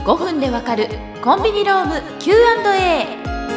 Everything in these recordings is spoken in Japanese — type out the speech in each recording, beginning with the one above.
5分でわかるコンビニローム Q&A。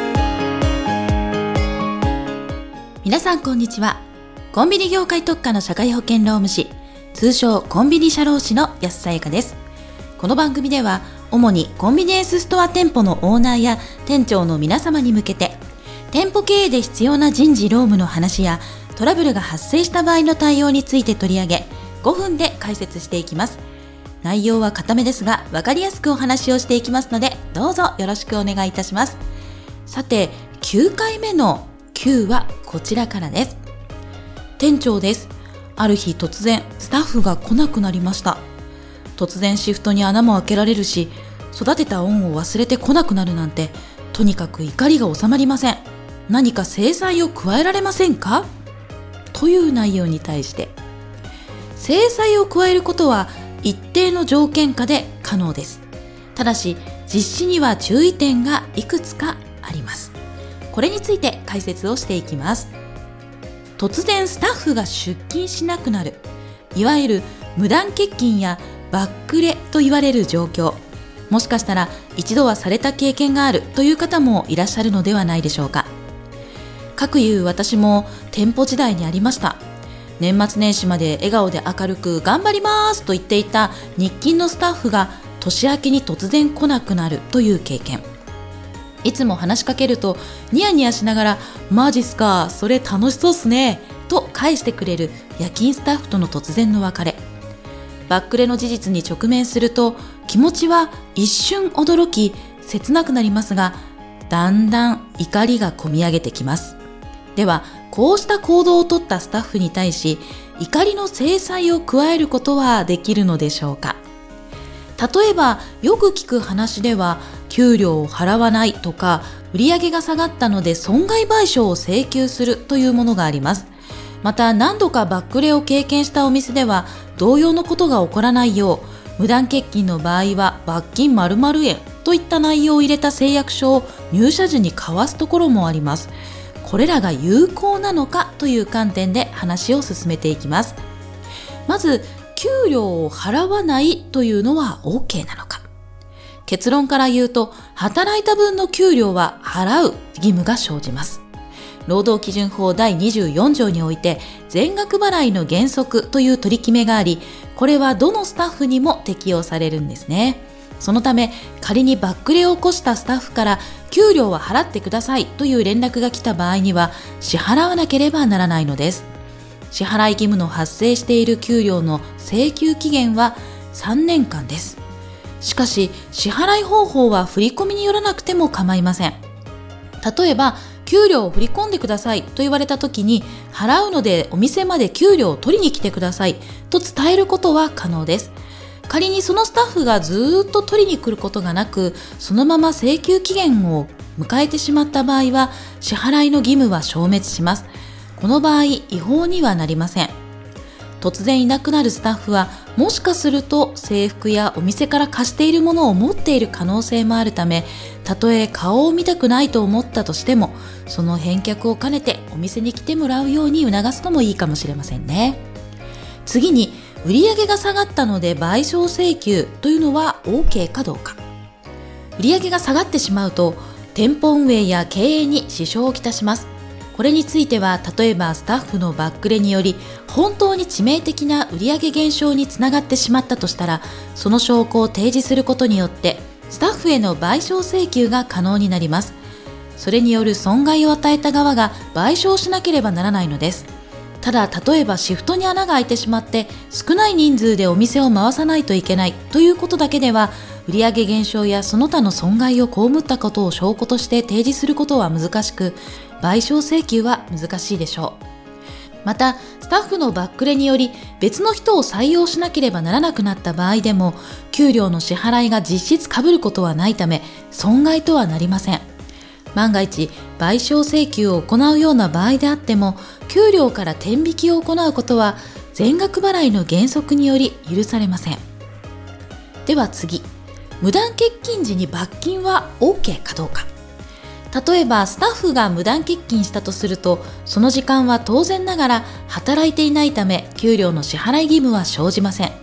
皆さんこんにちは。コンビニ業界特化の社会保険労務士、通称コンビニ社労士の安さやかです。この番組では主にコンビニエンスストア店舗のオーナーや店長の皆様に向けて、店舗経営で必要な人事労務の話やトラブルが発生した場合の対応について取り上げ、5分で解説していきます。内容は固めですが分かりやすくお話をしていきますので、どうぞよろしくお願いいたします。さて、9回目の9はこちらからです。店長です。ある日突然スタッフが来なくなりました。突然シフトに穴も開けられるし、育てた恩を忘れて来なくなるなんて、とにかく怒りが収まりません。何か制裁を加えられませんか？という内容に対して、制裁を加えることは一定の条件下で可能です。ただし実施には注意点がいくつかあります。これについて解説をしていきます。突然スタッフが出勤しなくなる、いわゆる無断欠勤やバックレと言われる状況、もしかしたら一度はされた経験があるという方もいらっしゃるのではないでしょうか。かくいう私も店舗時代にありました。年末年始まで笑顔で明るく頑張りますと言っていた日勤のスタッフが年明けに突然来なくなるという経験。いつも話しかけるとニヤニヤしながら、マジっすか、それ楽しそうっすねと返してくれる夜勤スタッフとの突然の別れ。バックレの事実に直面すると気持ちは一瞬驚き切なくなりますが、だんだん怒りがこみ上げてきます。ではこうした行動をとったスタッフに対し怒りの制裁を加えることはできるのでしょうか。例えばよく聞く話では、給料を払わないとか、売上が下がったので損害賠償を請求するというものがあります。また何度かバックレを経験したお店では、同様のことが起こらないよう無断欠勤の場合は罰金〇〇円といった内容を入れた誓約書を入社時に交わすところもあります。これらが有効なのかという観点で話を進めていきます。まず、給料を払わないというのは OK なのか。結論から言うと、働いた分の給料は払う義務が生じます。労働基準法第24条において全額払いの原則という取り決めがあり、これはどのスタッフにも適用されるんですね。そのため仮にバックレを起こしたスタッフから給料は払ってくださいという連絡が来た場合には支払わなければならないのです。支払い義務の発生している給料の請求期限は3年間です。しかし支払い方法は振り込みによらなくても構いません。例えば給料を振り込んでくださいと言われた時に、払うのでお店まで給料を取りに来てくださいと伝えることは可能です。仮にそのスタッフがずっと取りに来ることがなく、そのまま請求期限を迎えてしまった場合は支払いの義務は消滅します。この場合違法にはなりません。突然いなくなるスタッフはもしかすると制服やお店から貸しているものを持っている可能性もあるため、たとえ顔を見たくないと思ったとしても、その返却を兼ねてお店に来てもらうように促すのもいいかもしれませんね。次に、売上が下がったので賠償請求というのは OK かどうか。売上が下がってしまうと店舗運営や経営に支障をきたします。これについては、例えばスタッフのバックレにより本当に致命的な売上減少につながってしまったとしたら、その証拠を提示することによってスタッフへの賠償請求が可能になります。それによる損害を与えた側が賠償しなければならないのです。ただ、例えばシフトに穴が開いてしまって少ない人数でお店を回さないといけないということだけでは、売上減少やその他の損害を被ったことを証拠として提示することは難しく、賠償請求は難しいでしょう。また、スタッフのバックレにより別の人を採用しなければならなくなった場合でも、給料の支払いが実質被ることはないため損害とはなりません。万が一賠償請求を行うような場合であっても、給料から天引きを行うことは全額払いの原則により許されません。では次、無断欠勤時に罰金は OK かどうか。例えばスタッフが無断欠勤したとすると、その時間は当然ながら働いていないため給料の支払い義務は生じません。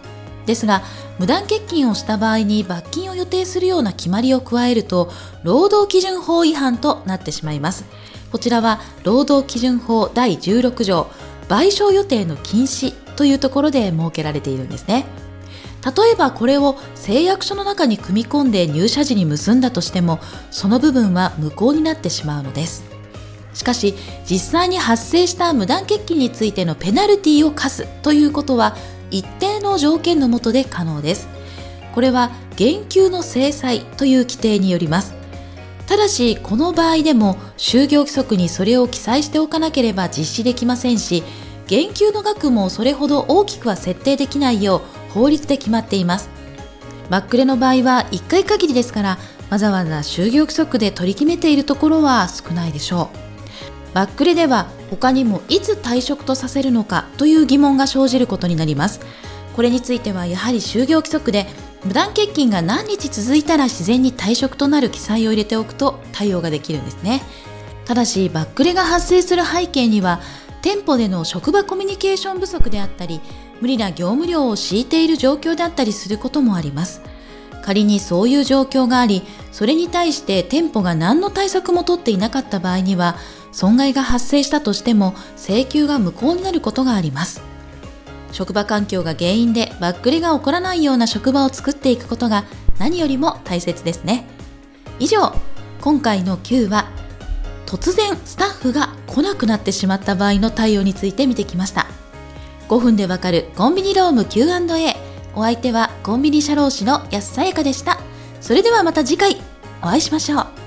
ですが、無断欠勤をした場合に罰金を予定するような決まりを加えると、労働基準法違反となってしまいます。こちらは労働基準法第16条、賠償予定の禁止というところで設けられているんですね。例えばこれを誓約書の中に組み込んで入社時に結んだとしても、その部分は無効になってしまうのです。しかし、実際に発生した無断欠勤についてのペナルティを課すということは、一定の条件の下で可能です。これは減給の制裁という規定によります。ただし、この場合でも就業規則にそれを記載しておかなければ実施できませんし、減給の額もそれほど大きくは設定できないよう法律で決まっています。バックレの場合は1回限りですから、わざわざ就業規則で取り決めているところは少ないでしょう。バックレでは他にもいつ退職とさせるのかという疑問が生じることになります。これについてはやはり就業規則で無断欠勤が何日続いたら自然に退職となる記載を入れておくと対応ができるんですね。ただし、バックレが発生する背景には、店舗での職場コミュニケーション不足であったり、無理な業務量を強いている状況であったりすることもあります。仮にそういう状況があり、それに対して店舗が何の対策も取っていなかった場合には、損害が発生したとしても請求が無効になることがあります。職場環境が原因でバックレが起こらないような職場を作っていくことが何よりも大切ですね。以上、今回の Q は突然スタッフが来なくなってしまった場合の対応について見てきました。5分でわかるコンビニ労務 Q&A。 お相手はコンビニ社労士の安さやかでした。それではまた次回お会いしましょう。